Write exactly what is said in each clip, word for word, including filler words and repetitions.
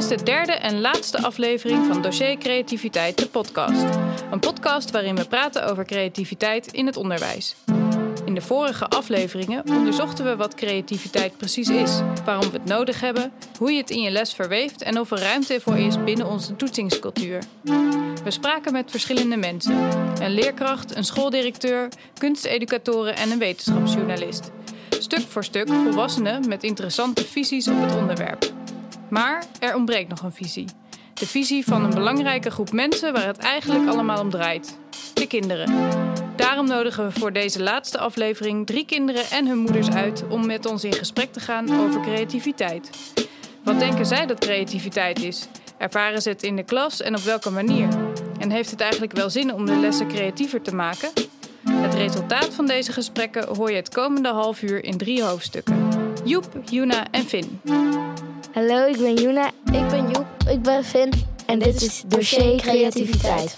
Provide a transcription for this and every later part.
de derde en laatste aflevering van Dossier Creativiteit, de podcast. Een podcast waarin we praten over creativiteit in het onderwijs. In de vorige afleveringen onderzochten we wat creativiteit precies is, waarom we het nodig hebben, hoe je het in je les verweeft en of er ruimte voor is binnen onze toetsingscultuur. We spraken met verschillende mensen. Een leerkracht, een schooldirecteur, kunsteducatoren en een wetenschapsjournalist. Stuk voor stuk volwassenen met interessante visies op het onderwerp. Maar er ontbreekt nog een visie. De visie van een belangrijke groep mensen waar het eigenlijk allemaal om draait. De kinderen. Daarom nodigen we voor deze laatste aflevering drie kinderen en hun moeders uit om met ons in gesprek te gaan over creativiteit. Wat denken zij dat creativiteit is? Ervaren ze het in de klas en op welke manier? En heeft het eigenlijk wel zin om de lessen creatiever te maken? Het resultaat van deze gesprekken hoor je het komende half uur in drie hoofdstukken. Joep, Juna en Finn. Hallo, ik ben Juna. Ik ben Joep. Ik ben Finn. En, en dit, dit is Dossier Creativiteit.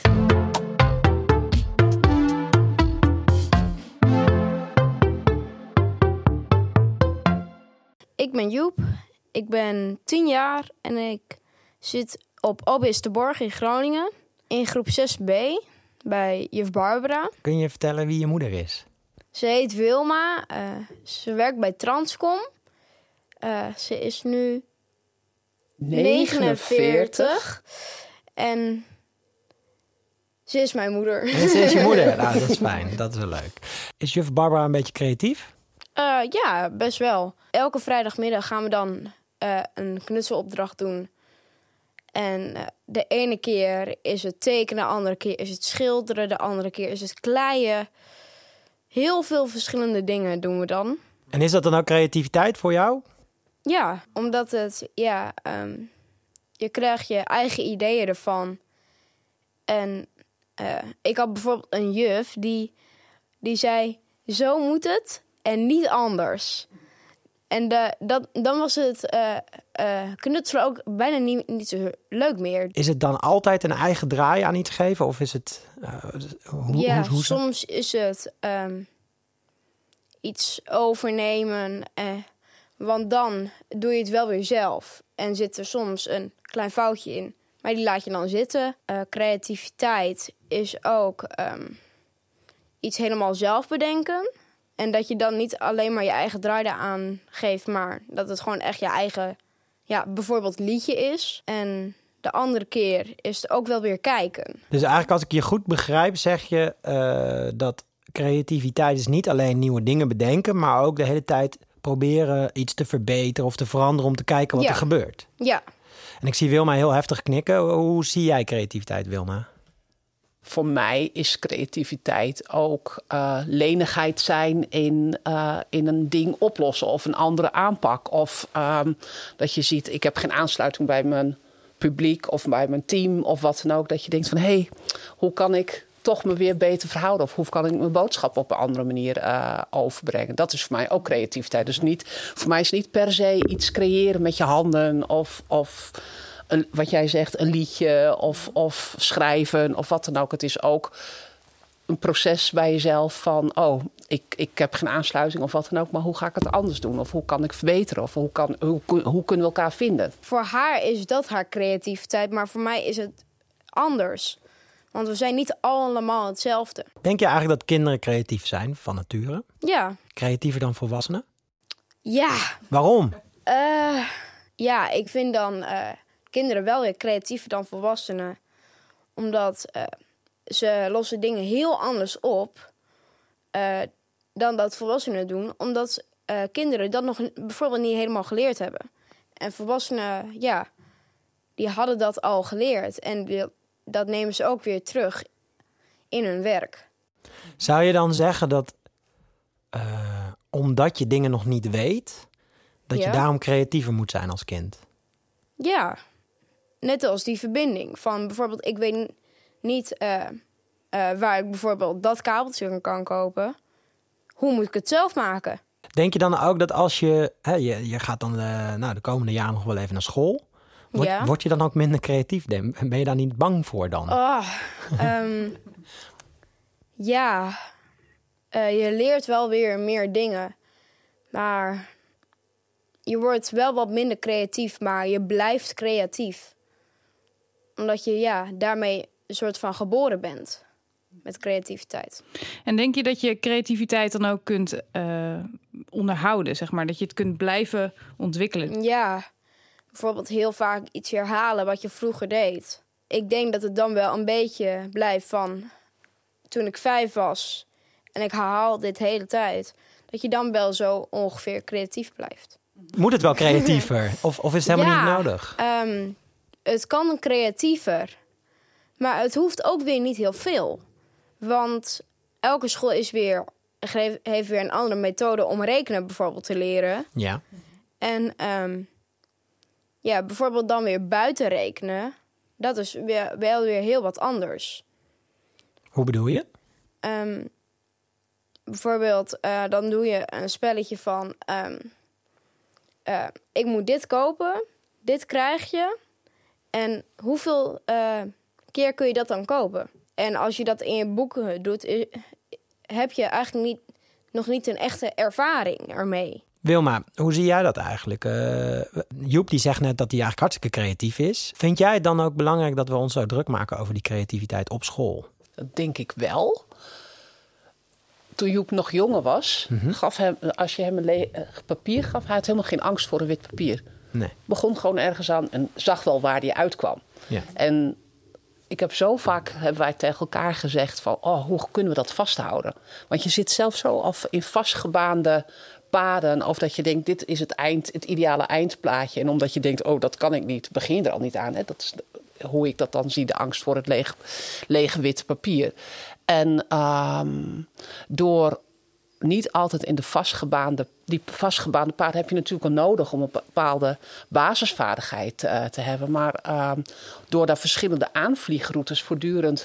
Ik ben Joep. Ik ben tien jaar en ik zit op O B S de Borg in Groningen in groep zes B bij juf Barbara. Kun je vertellen wie je moeder is? Ze heet Wilma. Uh, ze werkt bij Transcom. Uh, ze is nu negenenveertig. En ze is mijn moeder. En ze is je moeder? Nou, dat is fijn. Dat is wel leuk. Is juf Barbara een beetje creatief? Uh, ja, best wel. Elke vrijdagmiddag gaan we dan uh, een knutselopdracht doen. En uh, de ene keer is het tekenen, de andere keer is het schilderen, de andere keer is het kleien. Heel veel verschillende dingen doen we dan. En is dat dan ook creativiteit voor jou? Ja, omdat het, ja, um, je krijgt je eigen ideeën ervan. En uh, ik had bijvoorbeeld een juf die, die zei, zo moet het en niet anders. En de, dat, dan was het uh, uh, knutselen ook bijna niet, niet zo leuk meer. Is het dan altijd een eigen draai aan iets geven? Of is het... Uh, hoe, ja, hoe, hoe soms is het um, iets overnemen. Uh, want dan doe je het wel weer zelf. En zit er soms een klein foutje in. Maar die laat je dan zitten. Uh, creativiteit is ook um, iets helemaal zelf bedenken. En dat je dan niet alleen maar je eigen draai aan geeft, maar dat het gewoon echt je eigen, ja, bijvoorbeeld liedje is. En de andere keer is het ook wel weer kijken. Dus eigenlijk als ik je goed begrijp, zeg je uh, dat creativiteit is niet alleen nieuwe dingen bedenken, maar ook de hele tijd proberen iets te verbeteren of te veranderen om te kijken wat ja. er gebeurt. Ja. En ik zie Wilma heel heftig knikken. Hoe zie jij creativiteit, Wilma? Voor mij is creativiteit ook uh, lenigheid zijn in, uh, in een ding oplossen of een andere aanpak. Of um, dat je ziet, ik heb geen aansluiting bij mijn publiek of bij mijn team of wat dan ook. Dat je denkt van, hé, hey, hoe kan ik toch me weer beter verhouden? Of hoe kan ik mijn boodschap op een andere manier uh, overbrengen? Dat is voor mij ook creativiteit. Dus niet, voor mij is het niet per se iets creëren met je handen of... of Een, wat jij zegt, een liedje of, of schrijven of wat dan ook. Het is ook een proces bij jezelf van... oh, ik, ik heb geen aansluiting of wat dan ook... maar hoe ga ik het anders doen? Of hoe kan ik verbeteren? Of hoe, kan, hoe, hoe kunnen we elkaar vinden? Voor haar is dat haar creativiteit, maar voor mij is het anders. Want we zijn niet allemaal hetzelfde. Denk je eigenlijk dat kinderen creatief zijn van nature? Ja. Creatiever dan volwassenen? Ja. Waarom? Uh, ja, ik vind dan... Uh, kinderen wel weer creatiever dan volwassenen. Omdat uh, ze lossen dingen heel anders op uh, dan dat volwassenen doen. Omdat uh, kinderen dat nog bijvoorbeeld niet helemaal geleerd hebben. En volwassenen, ja, die hadden dat al geleerd. En die, dat nemen ze ook weer terug in hun werk. Zou je dan zeggen dat uh, omdat je dingen nog niet weet... dat ja. je daarom creatiever moet zijn als kind? Ja. Net als die verbinding van bijvoorbeeld, ik weet niet uh, uh, waar ik bijvoorbeeld dat kabeltje kan kopen. Hoe moet ik het zelf maken? Denk je dan ook dat als je, hè, je, je gaat dan uh, nou, de komende jaren nog wel even naar school. Word, ja. word je dan ook minder creatief? Ben je daar niet bang voor dan? Oh, um, ja, uh, je leert wel weer meer dingen. Maar je wordt wel wat minder creatief, maar je blijft creatief. Omdat je ja, daarmee een soort van geboren bent met creativiteit. En denk je dat je creativiteit dan ook kunt uh, onderhouden, zeg maar? Dat je het kunt blijven ontwikkelen? Ja, bijvoorbeeld heel vaak iets herhalen wat je vroeger deed. Ik denk dat het dan wel een beetje blijft van toen ik vijf was en ik herhaal dit de hele tijd, dat je dan wel zo ongeveer creatief blijft. Moet het wel creatiever? Of, of is het helemaal ja, niet nodig? Um, het kan creatiever, maar het hoeft ook weer niet heel veel. Want elke school is weer, heeft weer een andere methode om rekenen bijvoorbeeld te leren. Ja. En um, ja, bijvoorbeeld dan weer buiten rekenen, dat is weer, wel weer heel wat anders. Hoe bedoel je? Um, bijvoorbeeld, uh, dan doe je een spelletje van Um, uh, ik moet dit kopen, dit krijg je. En hoeveel uh, keer kun je dat dan kopen? En als je dat in je boeken doet, is, heb je eigenlijk niet, nog niet een echte ervaring ermee. Wilma, hoe zie jij dat eigenlijk? Uh, Joep die zegt net dat hij eigenlijk hartstikke creatief is. Vind jij het dan ook belangrijk dat we ons zo druk maken over die creativiteit op school? Dat denk ik wel. Toen Joep nog jonger was, mm-hmm. gaf hem, als je hem een le- papier gaf, hij had helemaal geen angst voor een wit papier. Nee. Begon gewoon ergens aan en zag wel waar hij uitkwam. Ja. En ik heb zo vaak, hebben wij tegen elkaar gezegd van, oh, hoe kunnen we dat vasthouden? Want je zit zelf zo af in vastgebaande paden, of dat je denkt, dit is het eind, het ideale eindplaatje. En omdat je denkt, oh, dat kan ik niet, begin je er al niet aan. Hè? Dat is hoe ik dat dan zie, de angst voor het lege, lege witte papier. En um, door niet altijd in de vastgebaande, die vastgebaande paden heb je natuurlijk wel nodig om een bepaalde basisvaardigheid uh, te hebben. Maar uh, door daar verschillende aanvliegroutes voortdurend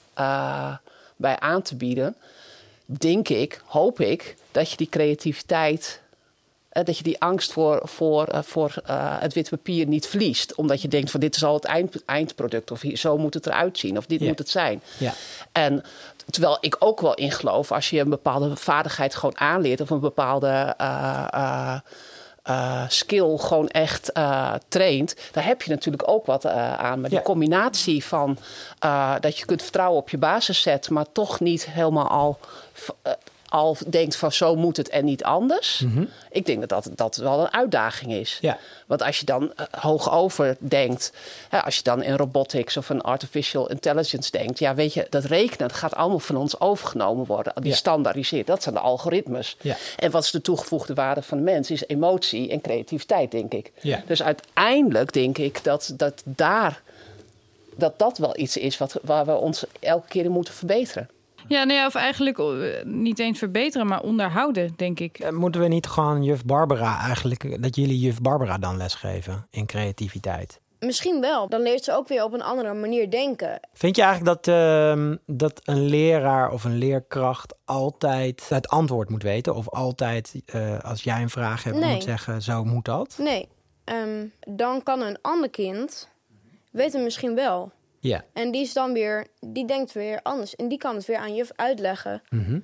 uh, bij aan te bieden, denk ik, hoop ik, dat je die creativiteit, uh, dat je die angst voor, voor, uh, voor uh, het witte papier niet verliest. Omdat je denkt van dit is al het eind, eindproduct, of hier, zo moet het eruit zien, of dit ja. moet het zijn. Ja. En terwijl ik ook wel in geloof, als je een bepaalde vaardigheid gewoon aanleert, of een bepaalde uh, uh, uh, skill gewoon echt uh, traint, daar heb je natuurlijk ook wat uh, aan. Maar die ja. combinatie van uh, dat je kunt vertrouwen op je basisset, maar toch niet helemaal al, uh, al denkt van zo moet het en niet anders. Mm-hmm. Ik denk dat, dat dat wel een uitdaging is. Ja. Want als je dan uh, hoog over denkt, hè, als je dan in robotics of een artificial intelligence denkt, ja, weet je, dat rekenen dat gaat allemaal van ons overgenomen worden. Die ja. standaardiseert, dat zijn de algoritmes. Ja. En wat is de toegevoegde waarde van de mens? Is emotie en creativiteit, denk ik. Ja. Dus uiteindelijk denk ik dat dat daar dat dat wel iets is wat, waar we ons elke keer in moeten verbeteren. Ja, nou ja, of eigenlijk uh, niet eens verbeteren, maar onderhouden, denk ik. Uh, moeten we niet gewoon juf Barbara eigenlijk, dat jullie juf Barbara dan lesgeven in creativiteit? Misschien wel. Dan leert ze ook weer op een andere manier denken. Vind je eigenlijk dat, uh, dat een leraar of een leerkracht altijd het antwoord moet weten? Of altijd, uh, als jij een vraag hebt, nee. moet zeggen, zo moet dat? Nee. Um, dan kan een ander kind weten misschien wel. Ja. En die is dan weer, die denkt weer anders. En die kan het weer aan juf uitleggen. Mm-hmm.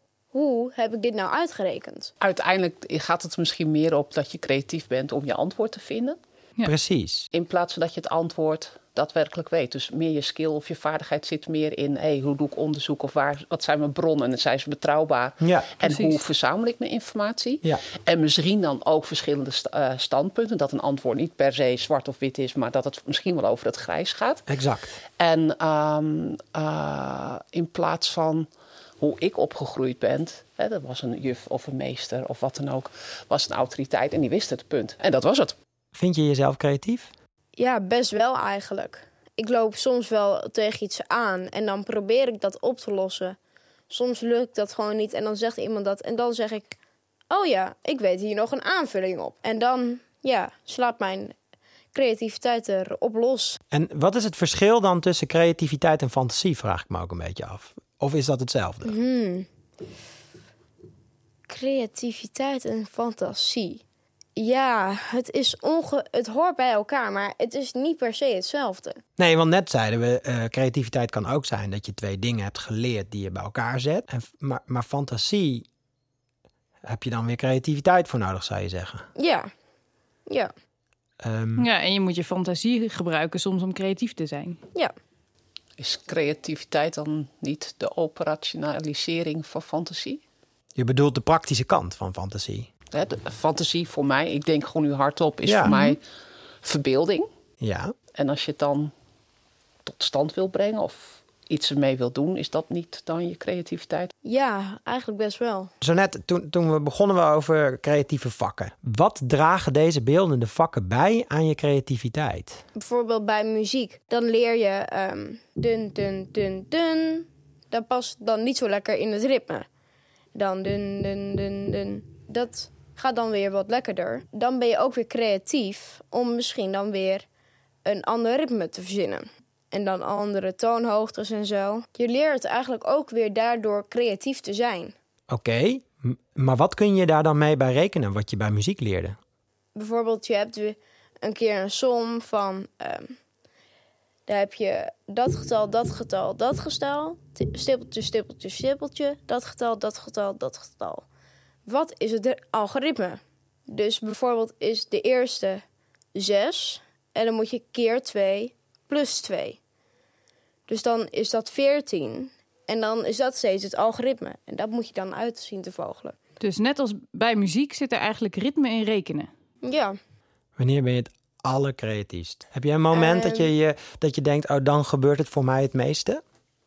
Hoe heb ik dit nou uitgerekend? Uiteindelijk gaat het misschien meer op dat je creatief bent om je antwoord te vinden. Ja. Precies. In plaats van dat je het antwoord daadwerkelijk weet. Dus meer je skill of je vaardigheid zit meer in, hey, hoe doe ik onderzoek of waar, wat zijn mijn bronnen en zijn ze betrouwbaar? Ja, en precies. hoe verzamel ik mijn informatie? Ja. En misschien dan ook verschillende st- uh, standpunten. Dat een antwoord niet per se zwart of wit is, maar dat het misschien wel over het grijs gaat. Exact. En um, uh, in plaats van hoe ik opgegroeid ben, hè, dat was een juf of een meester of wat dan ook, was een autoriteit en die wist het, punt. En dat was het. Vind je jezelf creatief? Ja, best wel eigenlijk. Ik loop soms wel tegen iets aan en dan probeer ik dat op te lossen. Soms lukt dat gewoon niet en dan zegt iemand dat. En dan zeg ik, oh ja, ik weet hier nog een aanvulling op. En dan, ja, slaat mijn creativiteit erop los. En wat is het verschil dan tussen creativiteit en fantasie, vraag ik me ook een beetje af. Of is dat hetzelfde? Hmm. Creativiteit en fantasie. Ja, het, is onge- het hoort bij elkaar, maar het is niet per se hetzelfde. Nee, want net zeiden we, uh, creativiteit kan ook zijn dat je twee dingen hebt geleerd die je bij elkaar zet. En, maar, maar fantasie heb je dan weer creativiteit voor nodig, zou je zeggen? Ja, Ja. Um, Ja, en je moet je fantasie gebruiken soms om creatief te zijn. Ja. Is creativiteit dan niet de operationalisering van fantasie? Je bedoelt de praktische kant van fantasie. Hè, de fantasie voor mij, ik denk gewoon nu hardop, is Ja. voor mij verbeelding. Ja. En als je het dan tot stand wil brengen of iets ermee wil doen, is dat niet dan je creativiteit? Ja, eigenlijk best wel. Zo net, toen, toen we begonnen we over creatieve vakken. Wat dragen deze beeldende vakken bij aan je creativiteit? Bijvoorbeeld bij muziek. Dan leer je um, dun, dun, dun, dun. Dat past dan niet zo lekker in het ritme. Dan dun, dun, dun, dun. Dat gaat dan weer wat lekkerder. Dan ben je ook weer creatief om misschien dan weer een ander ritme te verzinnen. En dan andere toonhoogtes en zo. Je leert eigenlijk ook weer daardoor creatief te zijn. Oké, okay, m- maar wat kun je daar dan mee bij rekenen, wat je bij muziek leerde? Bijvoorbeeld, je hebt weer een keer een som van... Um, daar heb je dat getal, dat getal, dat getal. Stippeltje, stippeltje, stippeltje. Dat getal, dat getal, dat getal. Wat is het algoritme? Dus bijvoorbeeld is de eerste zes. En dan moet je keer twee plus twee. Dus dan is dat veertien. En dan is dat steeds het algoritme. En dat moet je dan uit zien te vogelen. Dus net als bij muziek zit er eigenlijk ritme in rekenen. Ja. Wanneer ben je het allercreatiefst? Heb je een moment uh, dat, je, je, dat je denkt, oh, dan gebeurt het voor mij het meeste?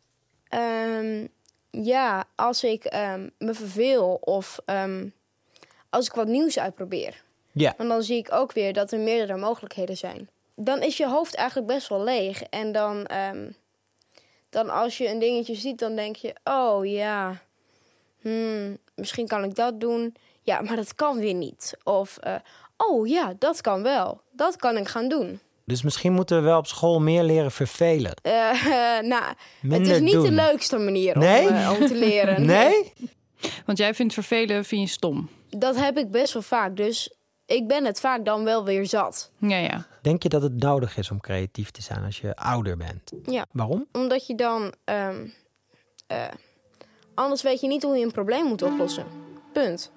Um, ja, als ik um, me verveel of um, als ik wat nieuws uitprobeer. Ja. Want dan zie ik ook weer dat er meerdere mogelijkheden zijn. Dan is je hoofd eigenlijk best wel leeg. En dan, um, dan als je een dingetje ziet, dan denk je... oh ja, hmm, misschien kan ik dat doen. Ja, maar dat kan weer niet. Of, uh, oh ja, dat kan wel. Dat kan ik gaan doen. Dus misschien moeten we wel op school meer leren vervelen. Uh, uh, nou, Minder het is niet doen. de leukste manier nee? om, uh, om te leren. Nee? Want jij vindt vervelen vind je stom. Dat heb ik best wel vaak. Dus ik ben het vaak dan wel weer zat. Ja, ja. Denk je dat het nodig is om creatief te zijn als je ouder bent? Ja. Waarom? Omdat je dan... Um, uh, anders weet je niet hoe je een probleem moet oplossen. Punt.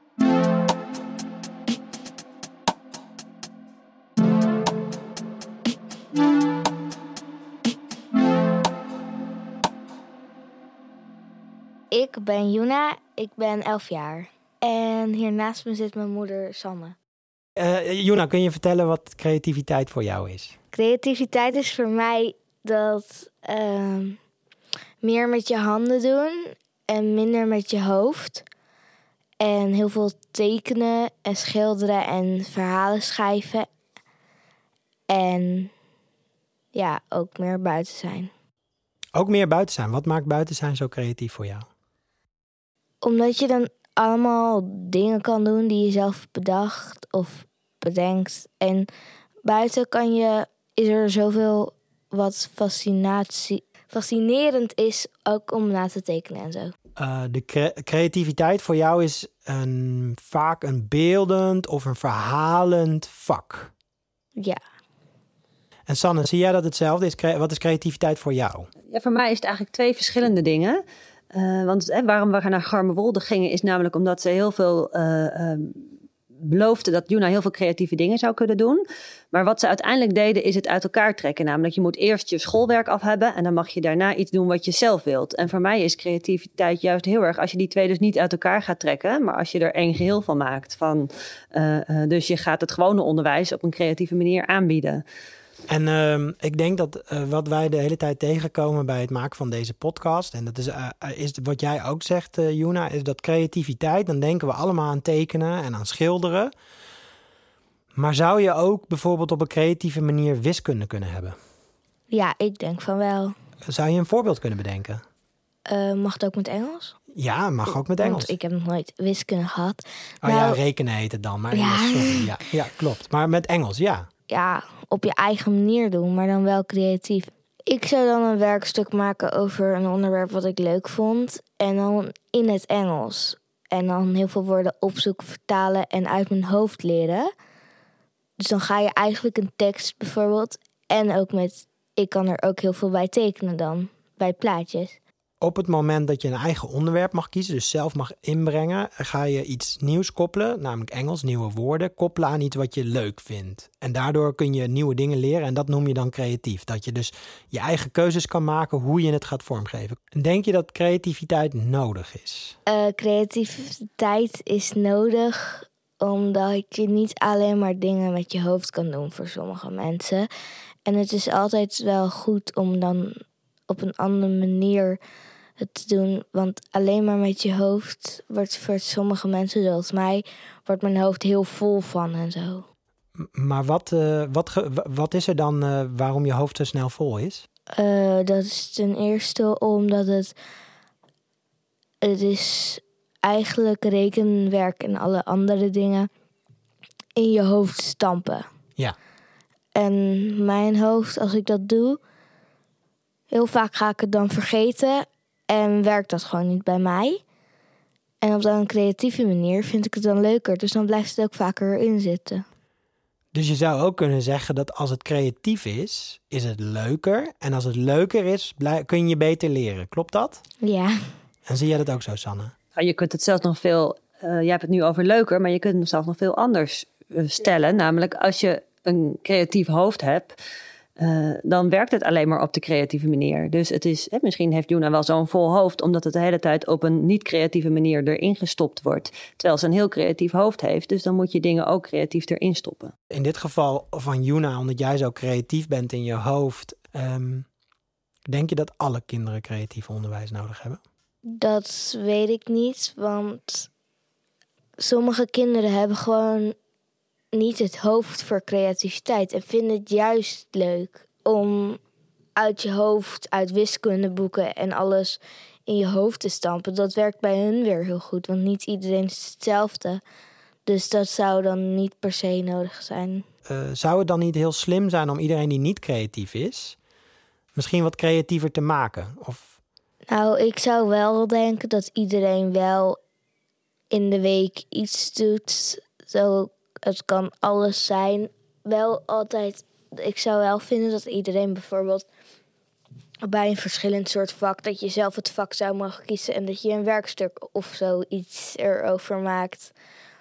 Ik ben Juna, ik ben elf jaar. En hier naast me zit mijn moeder Sanne. Uh, Juna, kun je vertellen wat creativiteit voor jou is? Creativiteit is voor mij dat uh, meer met je handen doen en minder met je hoofd. En heel veel tekenen en schilderen en verhalen schrijven. En ja, ook meer buiten zijn. Ook meer buiten zijn. Wat maakt buiten zijn zo creatief voor jou? Omdat je dan allemaal dingen kan doen die je zelf bedacht of bedenkt. En buiten kan je, is er zoveel wat fascinatie, fascinerend is ook om na te tekenen en zo. Uh, de cre- creativiteit voor jou is een, vaak een beeldend of een verhalend vak. Ja. En Sanne, zie jij dat hetzelfde is? Cre- wat is creativiteit voor jou? Ja, voor mij is het eigenlijk twee verschillende dingen. Uh, want eh, waarom we naar Garmerwolde gingen is namelijk omdat ze heel veel uh, uh, beloofde dat Juna heel veel creatieve dingen zou kunnen doen. Maar wat ze uiteindelijk deden is het uit elkaar trekken. Namelijk je moet eerst je schoolwerk af hebben en dan mag je daarna iets doen wat je zelf wilt. En voor mij is creativiteit juist heel erg als je die twee dus niet uit elkaar gaat trekken. Maar als je er één geheel van maakt. Van, uh, uh, dus je gaat het gewone onderwijs op een creatieve manier aanbieden. En uh, ik denk dat uh, wat wij de hele tijd tegenkomen bij het maken van deze podcast... en dat is, uh, is wat jij ook zegt, uh, Juna, is dat creativiteit... dan denken we allemaal aan tekenen en aan schilderen. Maar zou je ook bijvoorbeeld op een creatieve manier wiskunde kunnen hebben? Ja, ik denk van wel. Zou je een voorbeeld kunnen bedenken? Uh, mag het ook met Engels? Ja, mag ook met Engels. Want ik heb nog nooit wiskunde gehad. Oh nou, ja, rekenen heet het dan. Maar ja. Engels, sorry. Ja, ja, klopt. Maar met Engels, ja. Ja, op je eigen manier doen, maar dan wel creatief. Ik zou dan een werkstuk maken over een onderwerp wat ik leuk vond. En dan in het Engels. En dan heel veel woorden opzoeken, vertalen en uit mijn hoofd leren. Dus dan ga je eigenlijk een tekst bijvoorbeeld. En ook met, ik kan er ook heel veel bij tekenen dan, bij plaatjes. op het moment dat je een eigen onderwerp mag kiezen, dus zelf mag inbrengen, ga je iets nieuws koppelen, namelijk Engels, nieuwe woorden, koppelen aan iets wat je leuk vindt. En daardoor kun je nieuwe dingen leren en dat noem je dan creatief. Dat je dus je eigen keuzes kan maken hoe je het gaat vormgeven. Denk je dat creativiteit nodig is? Uh, creativiteit is nodig omdat je niet alleen maar dingen met je hoofd kan doen voor sommige mensen. En het is altijd wel goed om dan op een andere manier het te doen. Want alleen maar met je hoofd wordt voor sommige mensen zoals mij, wordt mijn hoofd heel vol van en zo. Maar wat, uh, wat, ge, wat is er dan uh, waarom je hoofd zo snel vol is? Uh, dat is ten eerste omdat het... Het is eigenlijk rekenwerk en alle andere dingen in je hoofd stampen. Ja. En mijn hoofd, als ik dat doe, heel vaak ga ik het dan vergeten en werkt dat gewoon niet bij mij. En op een creatieve manier vind ik het dan leuker, dus dan blijft het ook vaker erin zitten. Dus je zou ook kunnen zeggen dat als het creatief is, is het leuker. En als het leuker is, blij, kun je beter leren. Klopt dat? Ja. En zie jij dat ook zo, Sanne? Je kunt het zelfs nog veel, uh, je hebt het nu over leuker, maar je kunt het zelfs nog veel anders uh, stellen. Namelijk als je een creatief hoofd hebt, uh, dan werkt het alleen maar op de creatieve manier. Dus het is, hè, misschien heeft Juna wel zo'n vol hoofd, omdat het de hele tijd op een niet-creatieve manier erin gestopt wordt. Terwijl ze een heel creatief hoofd heeft, dus dan moet je dingen ook creatief erin stoppen. In dit geval van Juna, omdat jij zo creatief bent in je hoofd, um, denk je dat alle kinderen creatief onderwijs nodig hebben? Dat weet ik niet, want sommige kinderen hebben gewoon niet het hoofd voor creativiteit en vinden het juist leuk om uit je hoofd, uit wiskundeboeken en alles in je hoofd te stampen. Dat werkt bij hun weer heel goed, want niet iedereen is hetzelfde. Dus dat zou dan niet per se nodig zijn. Uh, zou het dan niet heel slim zijn om iedereen die niet creatief is, misschien wat creatiever te maken? Of... Nou, ik zou wel denken dat iedereen wel in de week iets doet. Zo, het kan alles zijn. Wel altijd, ik zou wel vinden dat iedereen bijvoorbeeld bij een verschillend soort vak, dat je zelf het vak zou mogen kiezen en dat je een werkstuk of zo iets erover maakt.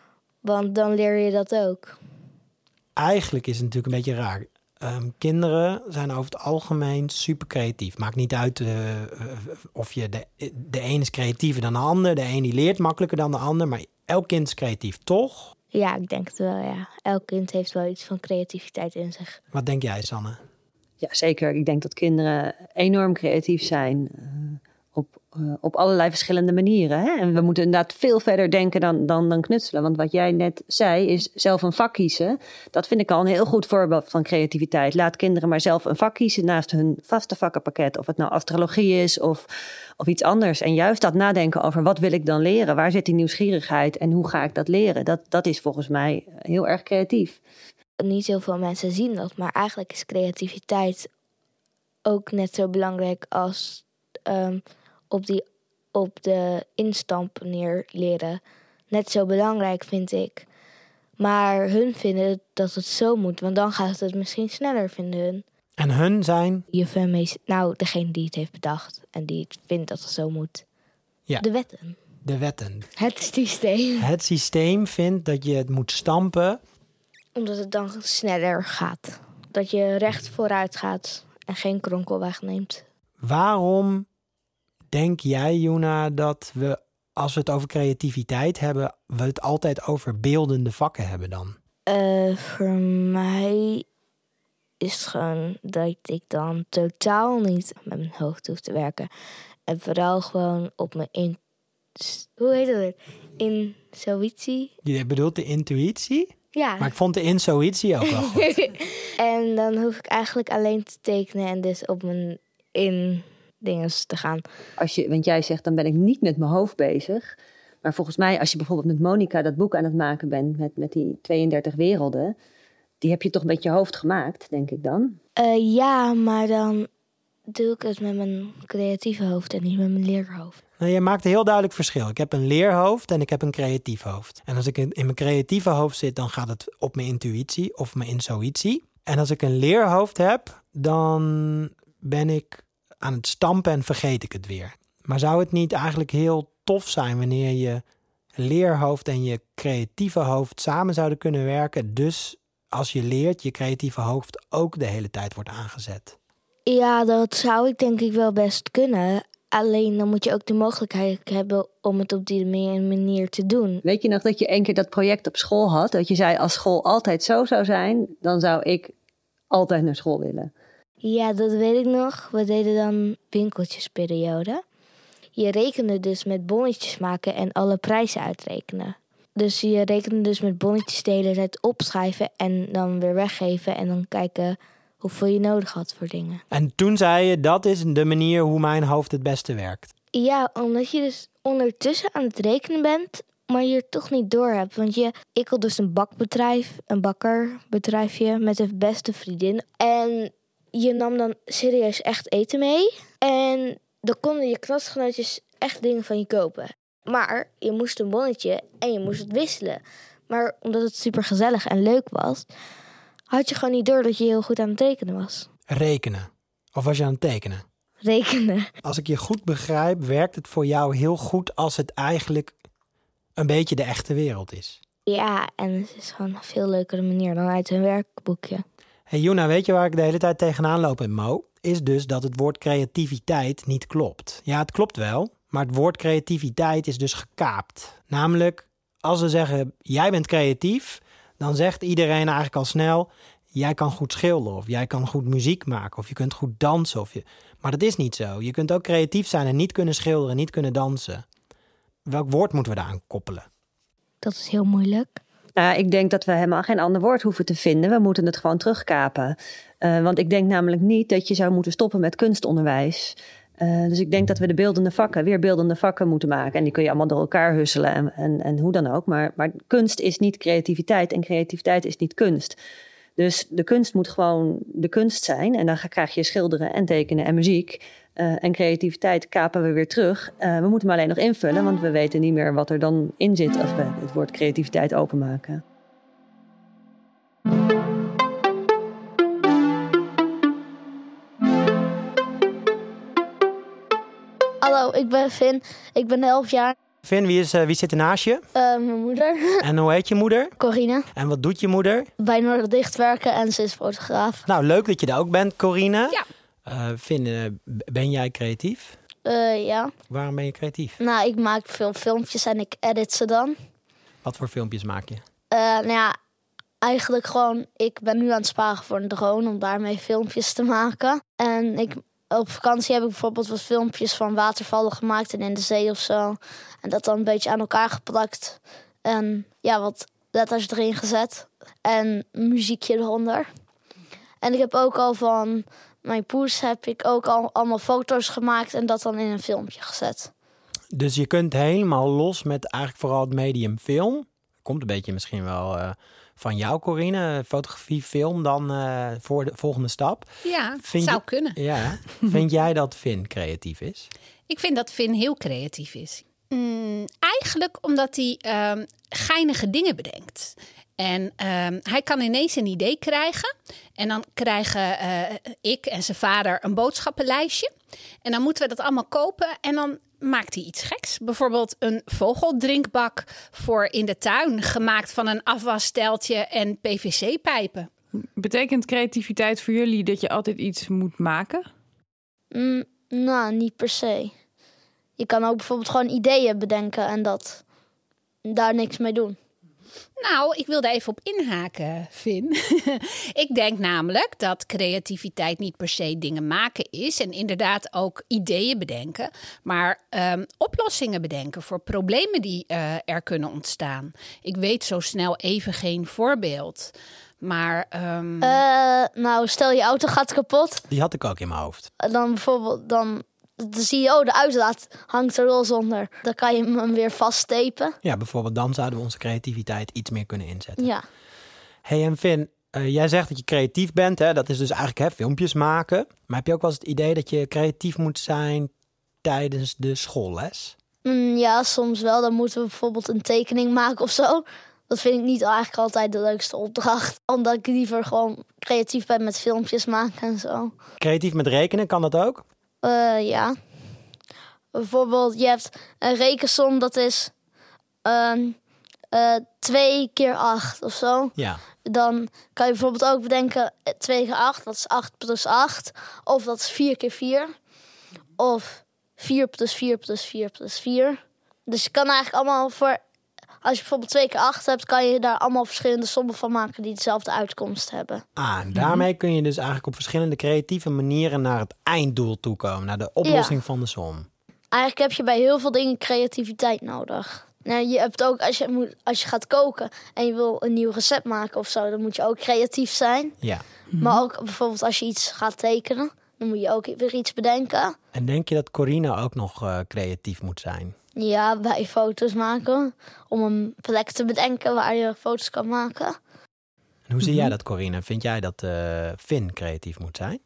Want dan leer je dat ook. Eigenlijk is het natuurlijk een beetje raar. Um, kinderen zijn over het algemeen super creatief. Maakt niet uit uh, uh, of je de, de een is creatiever dan de ander. De een die leert makkelijker dan de ander. Maar elk kind is creatief, toch? Ja, ik denk het wel, ja. Elk kind heeft wel iets van creativiteit in zich. Wat denk jij, Sanne? Ja, zeker. Ik denk dat kinderen enorm creatief zijn. Uh, op, uh, op allerlei verschillende manieren. Hè? En we moeten inderdaad veel verder denken dan, dan, dan knutselen. Want wat jij net zei, is zelf een vak kiezen. Dat vind ik al een heel goed voorbeeld van creativiteit. Laat kinderen maar zelf een vak kiezen naast hun vaste vakkenpakket. Of het nou astrologie is of, of iets anders. En juist dat nadenken over wat wil ik dan leren? Waar zit die nieuwsgierigheid en hoe ga ik dat leren? Dat, dat is volgens mij heel erg creatief. Niet heel veel mensen zien dat, maar eigenlijk is creativiteit ook net zo belangrijk als um, op, die, op de instamp neer leren. Net zo belangrijk, vind ik. Maar hun vinden dat het zo moet, want dan gaat het misschien sneller, vinden hun. En hun zijn? Juf en meester, nou, degene die het heeft bedacht en die het vindt dat het zo moet. Ja. De wetten. De wetten. Het systeem. Het systeem vindt dat je het moet stampen. Omdat het dan sneller gaat. Dat je recht vooruit gaat en geen kronkelweg neemt. Waarom denk jij, Juna, dat we, als we het over creativiteit hebben, we het altijd over beeldende vakken hebben dan? Uh, voor mij is het gewoon dat ik dan totaal niet met mijn hoofd hoef te werken. En vooral gewoon op mijn in... Hoe heet het? Intuïtie? Je bedoelt de intuïtie? Ja. Maar ik vond de intuïtie ook wel goed. En dan hoef ik eigenlijk alleen te tekenen en dus op mijn in dingen te gaan. Als je, want jij zegt, dan ben ik niet met mijn hoofd bezig. Maar volgens mij, als je bijvoorbeeld met Monica dat boek aan het maken bent, met, met die tweeëndertig werelden, die heb je toch met je hoofd gemaakt, denk ik dan? Uh, ja, maar dan doe ik het met mijn creatieve hoofd en niet met mijn leerhoofd. Nou, je maakt een heel duidelijk verschil. Ik heb een leerhoofd en ik heb een creatief hoofd. En als ik in, in mijn creatieve hoofd zit, dan gaat het op mijn intuïtie of mijn intuïtie. En als ik een leerhoofd heb, dan ben ik aan het stampen en vergeet ik het weer. Maar zou het niet eigenlijk heel tof zijn wanneer je leerhoofd en je creatieve hoofd samen zouden kunnen werken? Dus als je leert, je creatieve hoofd ook de hele tijd wordt aangezet. Ja, dat zou ik denk ik wel best kunnen. Alleen dan moet je ook de mogelijkheid hebben om het op die manier te doen. Weet je nog dat je één keer dat project op school had? Dat je zei, als school altijd zo zou zijn, dan zou ik altijd naar school willen. Ja, dat weet ik nog. We deden dan winkeltjesperiode. Je rekende dus met bonnetjes maken en alle prijzen uitrekenen. Dus je rekende dus met bonnetjes de hele tijd opschrijven en dan weer weggeven en dan kijken hoeveel je nodig had voor dingen. En toen zei je, dat is de manier hoe mijn hoofd het beste werkt. Ja, omdat je dus ondertussen aan het rekenen bent, maar je het toch niet door hebt. Want je, ik had dus een bakbedrijf, een bakkerbedrijfje met de beste vriendin. En je nam dan serieus echt eten mee. En dan konden je klasgenootjes echt dingen van je kopen. Maar je moest een bonnetje en je moest het wisselen. Maar omdat het super gezellig en leuk was, had je gewoon niet door dat je heel goed aan het rekenen was. Rekenen. Of was je aan het tekenen? Rekenen. Als ik je goed begrijp, werkt het voor jou heel goed als het eigenlijk een beetje de echte wereld is. Ja, en het is gewoon een veel leukere manier dan uit een werkboekje. Hey Juna, weet je waar ik de hele tijd tegenaan loop in Mo? Is dus dat het woord creativiteit niet klopt. Ja, het klopt wel, maar het woord creativiteit is dus gekaapt. Namelijk, als we zeggen, jij bent creatief, dan zegt iedereen eigenlijk al snel, jij kan goed schilderen of jij kan goed muziek maken of je kunt goed dansen. Of je... Maar dat is niet zo. Je kunt ook creatief zijn en niet kunnen schilderen, niet kunnen dansen. Welk woord moeten we daaraan koppelen? Dat is heel moeilijk. Nou, ik denk dat we helemaal geen ander woord hoeven te vinden. We moeten het gewoon terugkapen. Uh, want ik denk namelijk niet dat je zou moeten stoppen met kunstonderwijs. Uh, dus ik denk dat we de beeldende vakken, weer beeldende vakken moeten maken. En die kun je allemaal door elkaar husselen en, en, en hoe dan ook. Maar, maar kunst is niet creativiteit en creativiteit is niet kunst. Dus de kunst moet gewoon de kunst zijn. En dan krijg je schilderen en tekenen en muziek. Uh, en creativiteit kapen we weer terug. Uh, we moeten hem alleen nog invullen, want we weten niet meer wat er dan in zit als we het woord creativiteit openmaken. Hallo, ik ben Finn. Ik ben elf jaar. Finn, wie, is, uh, wie zit er naast je? Uh, mijn moeder. En hoe heet je moeder? Corine. En wat doet je moeder? Bij Noorderdicht werken en ze is fotograaf. Nou, leuk dat je er ook bent, Corine. Ja. Uh, Finn, uh, ben jij creatief? Uh, ja. Waarom ben je creatief? Nou, ik maak veel filmpjes en ik edit ze dan. Wat voor filmpjes maak je? Uh, nou ja, eigenlijk gewoon, ik ben nu aan het sparen voor een drone om daarmee filmpjes te maken. En ik, op vakantie heb ik bijvoorbeeld wat filmpjes van watervallen gemaakt en in de zee of zo. En dat dan een beetje aan elkaar geplakt. En ja, wat letters erin gezet. En muziekje eronder. En ik heb ook al van mijn poes heb ik ook al allemaal foto's gemaakt en dat dan in een filmpje gezet. Dus je kunt helemaal los met eigenlijk vooral het medium film. Komt een beetje misschien wel uh, van jou, Corine. Fotografie, film dan uh, voor de volgende stap. Ja, vind zou je, kunnen. Ja, vind jij dat Finn creatief is? Ik vind dat Finn heel creatief is. Mm, eigenlijk omdat hij um, geinige dingen bedenkt. En um, hij kan ineens een idee krijgen. En dan krijgen uh, ik en zijn vader een boodschappenlijstje. En dan moeten we dat allemaal kopen. En dan maakt hij iets geks. Bijvoorbeeld een vogeldrinkbak voor in de tuin. Gemaakt van een afwassteltje en P V C-pijpen. Betekent creativiteit voor jullie dat je altijd iets moet maken? Mm, nou, niet per se. Je kan ook bijvoorbeeld gewoon ideeën bedenken en dat daar niks mee doen. Nou, ik wil daar even op inhaken, Finn. Ik denk namelijk dat creativiteit niet per se dingen maken is. En inderdaad ook ideeën bedenken. Maar um, oplossingen bedenken voor problemen die uh, er kunnen ontstaan. Ik weet zo snel even geen voorbeeld. Maar... Um... Uh, nou, stel je auto gaat kapot. Die had ik ook in mijn hoofd. Dan bijvoorbeeld... dan Dan zie je, oh, de uitlaat hangt er los onder. Dan kan je hem weer vaststepen. Ja, bijvoorbeeld dan zouden we onze creativiteit iets meer kunnen inzetten. Ja. Hey, en Finn, uh, jij zegt dat je creatief bent. Hè? Dat is dus eigenlijk hè, filmpjes maken. Maar heb je ook wel eens het idee dat je creatief moet zijn tijdens de schoolles? Mm, ja, soms wel. Dan moeten we bijvoorbeeld een tekening maken of zo. Dat vind ik niet eigenlijk altijd de leukste opdracht. Omdat ik liever gewoon creatief ben met filmpjes maken en zo. Creatief met rekenen, kan dat ook? Uh, ja. bijvoorbeeld, je hebt een rekensom, dat is um, uh, twee keer acht of zo. Ja. Dan kan je bijvoorbeeld ook bedenken, twee keer acht, dat is acht plus acht. Of dat is vier keer vier. Of vier plus vier plus vier plus vier. Dus je kan eigenlijk allemaal voor... Als je bijvoorbeeld twee keer acht hebt, kan je daar allemaal verschillende sommen van maken die dezelfde uitkomst hebben. Ah, en daarmee kun je dus eigenlijk op verschillende creatieve manieren naar het einddoel toekomen. Naar de oplossing Ja. van de som. Eigenlijk heb je bij heel veel dingen creativiteit nodig. Nou, je hebt ook, als je, moet, als je gaat koken en je wil een nieuw recept maken of zo, dan moet je ook creatief zijn. Ja. Maar ook bijvoorbeeld als je iets gaat tekenen, dan moet je ook weer iets bedenken. En denk je dat Corina ook nog uh, creatief moet zijn? Ja, bij foto's maken. Om een plek te bedenken waar je foto's kan maken. En hoe zie jij dat, Corina? Vind jij dat uh, Finn creatief moet zijn?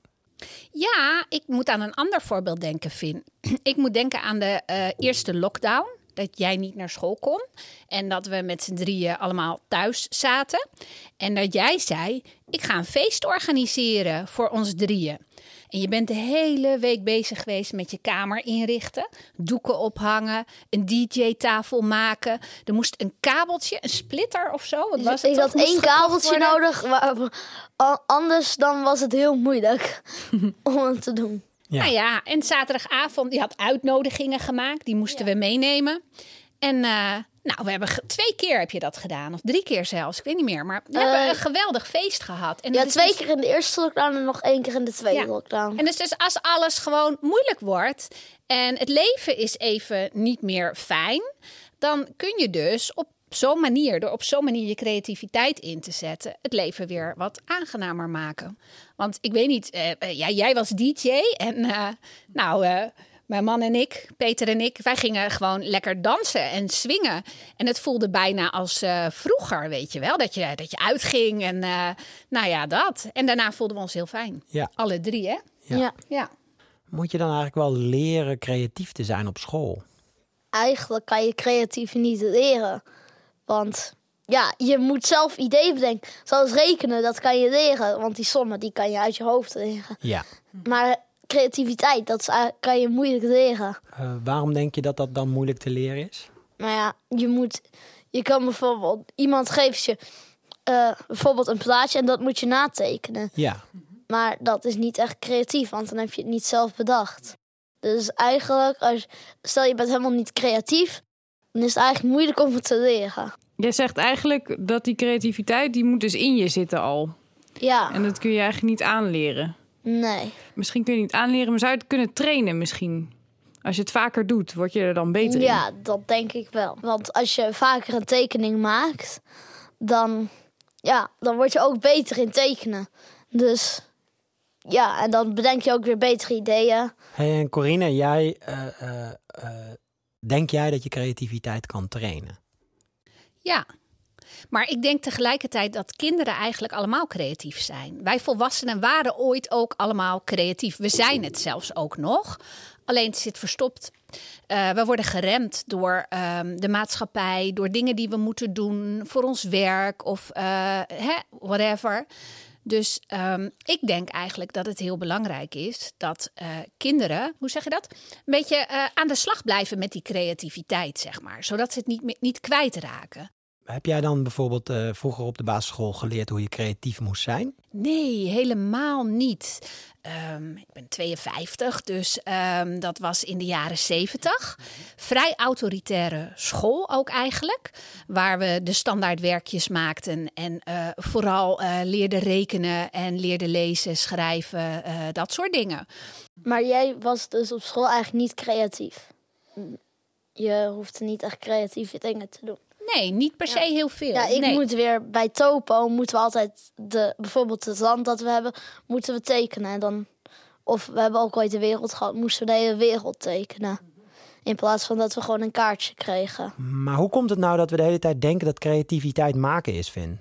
Ja, ik moet aan een ander voorbeeld denken, Finn. Ik moet denken aan de uh, eerste lockdown. Dat jij niet naar school kon. En dat we met z'n drieën allemaal thuis zaten. En dat jij zei, ik ga een feest organiseren voor ons drieën. En je bent de hele week bezig geweest met je kamer inrichten. Doeken ophangen, een D J-tafel maken. Er moest een kabeltje, een splitter of zo. Wat was het ik toch? had Moest één gekocht kabeltje worden. nodig. Maar anders dan was het heel moeilijk om het te doen. Ja. Nou ja, en zaterdagavond, die had uitnodigingen gemaakt. Die moesten ja. we meenemen. En uh, nou, we hebben ge- twee keer heb je dat gedaan. Of drie keer zelfs, ik weet niet meer. Maar we uh, hebben een geweldig feest gehad. En ja, dus twee dus... keer in de eerste lockdown en nog één keer in de tweede ja. lockdown. En dus, dus als alles gewoon moeilijk wordt en het leven is even niet meer fijn, dan kun je dus op zo'n manier, door op zo'n manier je creativiteit in te zetten, het leven weer wat aangenamer maken. Want ik weet niet, uh, uh, ja, jij was D J en uh, nou, uh, mijn man en ik, Peter en ik, wij gingen gewoon lekker dansen en swingen. En het voelde bijna als uh, vroeger, weet je wel, dat je, dat je uitging en uh, nou ja, dat. En daarna voelden we ons heel fijn. Ja. Alle drie, hè? Ja. Ja. ja. Moet je dan eigenlijk wel leren creatief te zijn op school? Eigenlijk kan je creatief niet leren. Want ja, je moet zelf ideeën bedenken. Zoals rekenen, dat kan je leren. Want die sommen, die kan je uit je hoofd leren. Ja. Maar creativiteit, dat kan je moeilijk leren. Uh, waarom denk je dat dat dan moeilijk te leren is? Nou ja, je moet... Je kan bijvoorbeeld... Iemand geeft je uh, bijvoorbeeld een plaatje en dat moet je natekenen. Ja. Maar dat is niet echt creatief, want dan heb je het niet zelf bedacht. Dus eigenlijk, als, stel je bent helemaal niet creatief, dan is het eigenlijk moeilijk om het te leren. Jij zegt eigenlijk dat die creativiteit, die moet dus in je zitten al. Ja. En dat kun je eigenlijk niet aanleren. Nee. Misschien kun je het niet aanleren, maar zou je het kunnen trainen misschien? Als je het vaker doet, word je er dan beter in? Ja, dat denk ik wel. Want als je vaker een tekening maakt, dan, ja, dan word je ook beter in tekenen. Dus ja, en dan bedenk je ook weer betere ideeën. Hey, en Corina, jij, uh, uh, uh, denk jij dat je creativiteit kan trainen? Ja, maar ik denk tegelijkertijd dat kinderen eigenlijk allemaal creatief zijn. Wij volwassenen waren ooit ook allemaal creatief. We zijn het zelfs ook nog. Alleen het zit verstopt. Uh, we worden geremd door um, de maatschappij, door dingen die we moeten doen voor ons werk of uh, hè, whatever. Dus um, ik denk eigenlijk dat het heel belangrijk is dat uh, kinderen, hoe zeg je dat? Een beetje uh, aan de slag blijven met die creativiteit, zeg maar. Zodat ze het niet, niet kwijtraken. Heb jij dan bijvoorbeeld uh, vroeger op de basisschool geleerd hoe je creatief moest zijn? Nee, helemaal niet. Um, ik ben tweeënvijftig, dus um, dat was in de jaren zeventig. Vrij autoritaire school ook eigenlijk. Waar we de standaardwerkjes maakten en uh, vooral uh, leerden rekenen en leerden lezen, schrijven, uh, dat soort dingen. Maar jij was dus op school eigenlijk niet creatief. Je hoefde niet echt creatieve dingen te doen. Nee, niet per se ja. heel veel. Ja, ik nee. moet weer bij Topo moeten we altijd de bijvoorbeeld het land dat we hebben moeten we tekenen en dan of we hebben ook ooit de wereld gehad, moesten we de hele wereld tekenen in plaats van dat we gewoon een kaartje kregen. Maar hoe komt het nou dat we de hele tijd denken dat creativiteit maken is, Finn?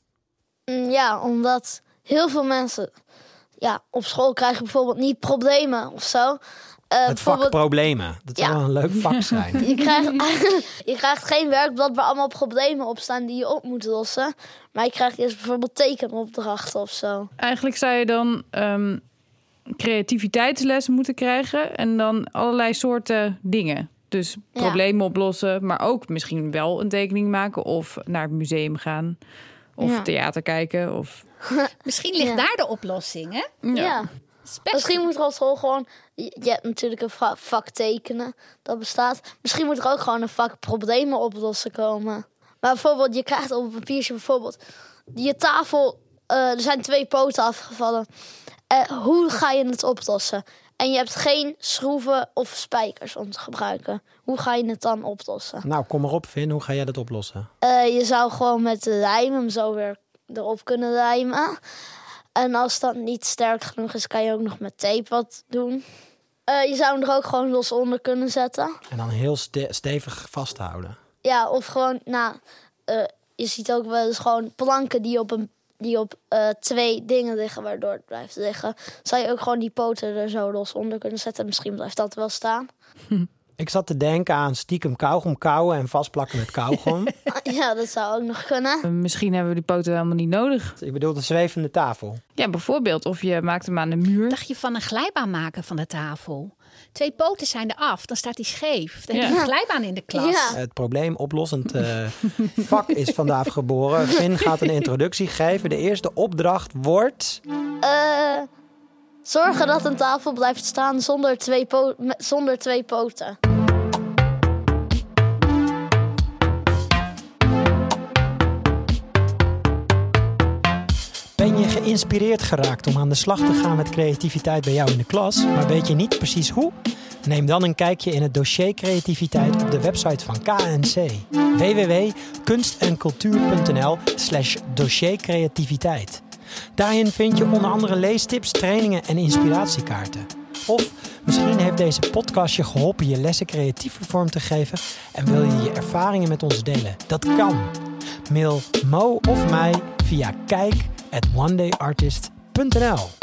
Ja, omdat heel veel mensen ja op school krijgen bijvoorbeeld niet problemen of zo. Uh, het vak problemen. Dat zou ja. wel een leuk vak zijn. Je krijgt, je krijgt geen werkblad waar allemaal problemen op staan die je op moet lossen. Maar je krijgt eerst bijvoorbeeld tekenopdrachten of zo. Eigenlijk zou je dan um, creativiteitsles moeten krijgen en dan allerlei soorten dingen. Dus Ja. problemen oplossen, maar ook misschien wel een tekening maken of naar het museum gaan of Ja. theater kijken. Of... Misschien ligt Ja. daar de oplossing, hè? Ja. Dat is best Misschien moet er op school gewoon... Je je hebt natuurlijk een va- vak tekenen. Dat bestaat. Misschien moet er ook gewoon een vak problemen oplossen komen. Maar bijvoorbeeld, je krijgt op een papiertje bijvoorbeeld... Je tafel... eh, er zijn twee poten afgevallen. Eh, hoe ga je het oplossen? En je hebt geen schroeven of spijkers om te gebruiken. Hoe ga je het dan oplossen? Nou, kom maar op, Vin. Hoe ga jij dat oplossen? Eh, je zou gewoon met de lijm hem zo weer erop kunnen lijmen. En als dat niet sterk genoeg is, kan je ook nog met tape wat doen. Eh, je zou hem er ook gewoon los onder kunnen zetten. En dan heel ste- stevig vasthouden. Ja, of gewoon, nou, eh, je ziet ook wel eens gewoon planken die op, een, die op eh, twee dingen liggen, waardoor het blijft liggen. Zou je ook gewoon die poten er zo los onder kunnen zetten. Misschien blijft dat wel staan. Ik zat te denken aan stiekem kauwgom kauwen en vastplakken met kauwgom. Ja, dat zou ook nog kunnen. Eh, Misschien hebben we die poten helemaal niet nodig. Ik bedoel de zwevende tafel. Ja, bijvoorbeeld. Of je maakt hem aan de muur. dacht je van een glijbaan maken van de tafel. Twee poten zijn er af, dan staat hij scheef. Dan Ja. heb je een glijbaan in de klas. Ja. Het probleemoplossend eh vak is vandaag geboren. Finn gaat een introductie geven. De eerste opdracht wordt... Eh, zorgen dat een tafel blijft staan zonder twee, po- met- zonder twee poten. Ben je geïnspireerd geraakt om aan de slag te gaan met creativiteit bij jou in de klas, maar weet je niet precies hoe? Neem dan een kijkje in het dossier creativiteit op de website van K N C. w w w punt kunst en cultuur punt n l slash dossier creativiteit. Daarin vind je onder andere leestips, trainingen en inspiratiekaarten. Of misschien heeft deze podcast je geholpen je lessen creatiever vorm te geven en wil je je ervaringen met ons delen. Dat kan. Mail Mo of mij via kijk at one day artist punt n l.